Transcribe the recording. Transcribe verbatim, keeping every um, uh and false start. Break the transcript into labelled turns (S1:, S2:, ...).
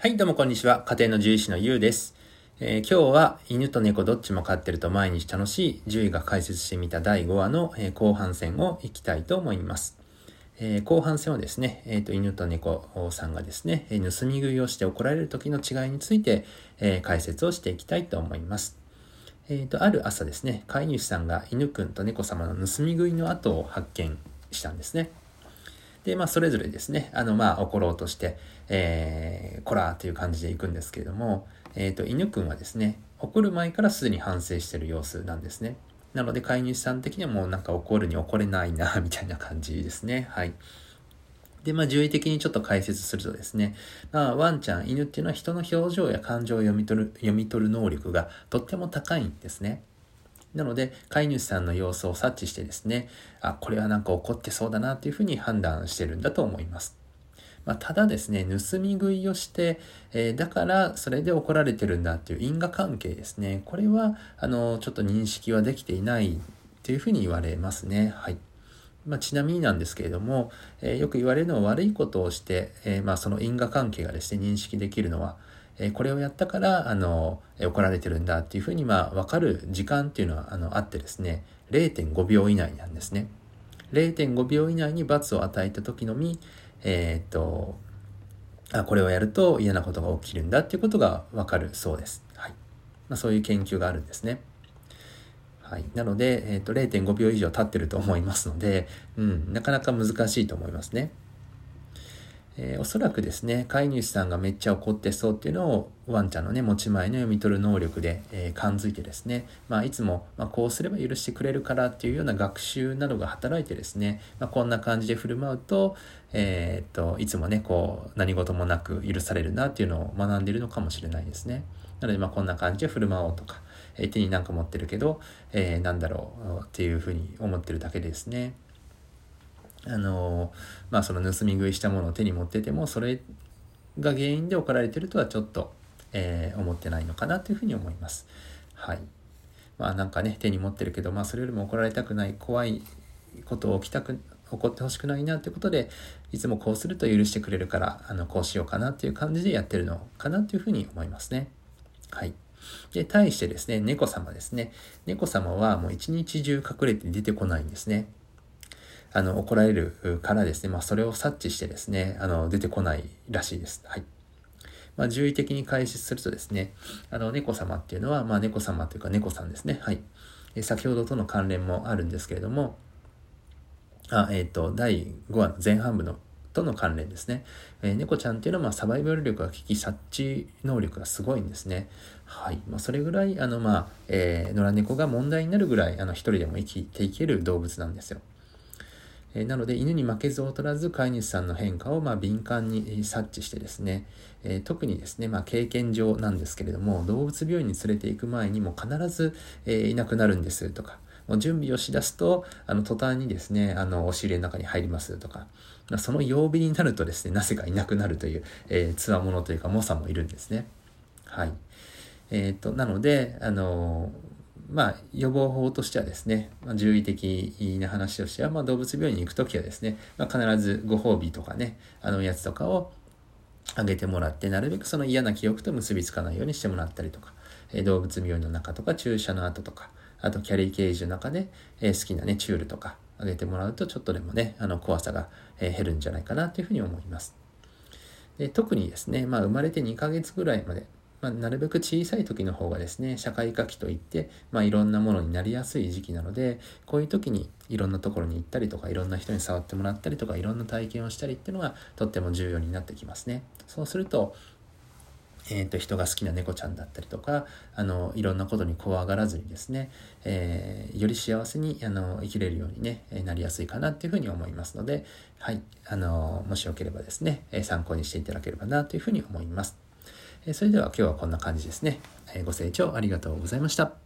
S1: はい、どうもこんにちは。家庭の獣医師のゆうです。えー、今日は犬と猫どっちも飼ってると毎日楽しい獣医が解説してみただいごわの、えー、後半戦をいきたいと思います。えー、後半戦はですね、えーと、犬と猫さんがですね、えー、盗み食いをして怒られる時の違いについて、えー、解説をしていきたいと思います。えーと、ある朝ですね、飼い主さんが犬くんと猫様の盗み食いの後を発見したんですね。で、まあ、それぞれですね、あの、まあ、怒ろうとして、えー、こらーという感じで行くんですけれども、えっと、犬くんはですね、怒る前からすでに反省している様子なんですね。なので、飼い主さん的にはもうなんか怒るに怒れないな、みたいな感じですね。はい。で、まあ、獣医的にちょっと解説するとですね、まあ、ワンちゃん、犬っていうのは人の表情や感情を読み取る、読み取る能力がとっても高いんですね。なので、飼い主さんの様子を察知してですね、あ、これはなんか怒ってそうだなというふうに判断してるんだと思います。まあ、ただですね、盗み食いをして、えー、だからそれで怒られてるんだっていう因果関係ですね。これは、あの、ちょっと認識はできていないというふうに言われますね。はい。まあ、ちなみになんですけれども、えー、よく言われるのは悪いことをして、えー、まあその因果関係がですね、認識できるのは、えー、これをやったから、あの、えー、怒られてるんだっていうふうに、まあ、わかる時間っていうのは、あの、あってですね、れいてんごびょう以内なんですね。れいてんごびょう以内に罰を与えた時のみ、えー、っと、あ、これをやると嫌なことが起きるんだっていうことがわかるそうです。はい。まあ、そういう研究があるんですね。はい。なので、えっと、れいてんごびょう以上経ってると思いますので、うん、なかなか難しいと思いますね。えー、おそらくですね、飼い主さんがめっちゃ怒ってそうっていうのをワンちゃんのね、持ち前の読み取る能力で、えー、感づいてですね、まあ、いつも、まあ、こうすれば許してくれるからっていうような学習などが働いてですね、まあ、こんな感じで振る舞うと、えー、っと、いつもね、こう、何事もなく許されるなっていうのを学んでいるのかもしれないですね。なので、まあ、こんな感じで振る舞おうとか、えー、手になんか持ってるけど、えー、なんだろうっていうふうに思ってるだけですね。あのまあその盗み食いしたものを手に持っててもそれが原因で怒られてるとはちょっと、えー、思ってないのかなというふうに思います。はい。まあなんかね手に持ってるけどまあそれよりも怒られたくない怖いことを起きたく起こってほしくないなということでいつもこうすると許してくれるからあのこうしようかなという感じでやってるのかなというふうに思いますね。はい。で対してですね猫様ですね猫様はもう一日中隠れて出てこないんですね。あの、怒られるからですね、まあ、それを察知してですね、あの、出てこないらしいです。はい。まあ、獣医的に解説するとですね、あの、猫様っていうのは、まあ、猫様というか猫さんですね。はい。え先ほどとの関連もあるんですけれども、あ、えっと、だいごわの前半部のとの関連ですね。えー、猫ちゃんっていうのは、まあ、サバイバル力が利き、察知能力がすごいんですね。はい。まあ、それぐらい、あの、まあ、えー、野良猫が問題になるぐらい、あの、一人でも生きていける動物なんですよ。えー、なので犬に負けず劣らず飼い主さんの変化をまあ敏感に察知してですね、えー、特にですね、まあ、経験上なんですけれども動物病院に連れて行く前にも必ず、えー、いなくなるんですとかもう準備をしだすとあの途端にですねあの押し入れの中に入りますとか、まあ、その曜日になるとですねなぜかいなくなるという、えー、強者というか猛者もいるんですね。はい。えっとなのであのーまあ、予防法としてはですね、まあ、獣医的な話としては、まあ、動物病院に行くときはですね、まあ、必ずご褒美とかね、あのやつとかをあげてもらって、なるべくその嫌な記憶と結びつかないようにしてもらったりとか、えー、動物病院の中とか注射の後とか、あとキャリーケージの中で、えー、好きなね、チュールとかあげてもらうと、ちょっとでもね、あの怖さが、えー、減るんじゃないかなというふうに思います。で特にですね、まあ、生まれてにかげつぐらいまで、まあ、なるべく小さい時の方がですね、社会科期といって、まあ、いろんなものになりやすい時期なので、こういう時にいろんなところに行ったりとか、いろんな人に触ってもらったりとか、いろんな体験をしたりっていうのがとっても重要になってきますね。そうすると、えーと、人が好きな猫ちゃんだったりとか、あの、いろんなことに怖がらずにですね、えー、より幸せにあの生きれるようにね、なりやすいかなっていうふうに思いますので、はい、あの、もしよければですね、参考にしていただければなというふうに思います。それでは今日はこんな感じですね。ご清聴ありがとうございました。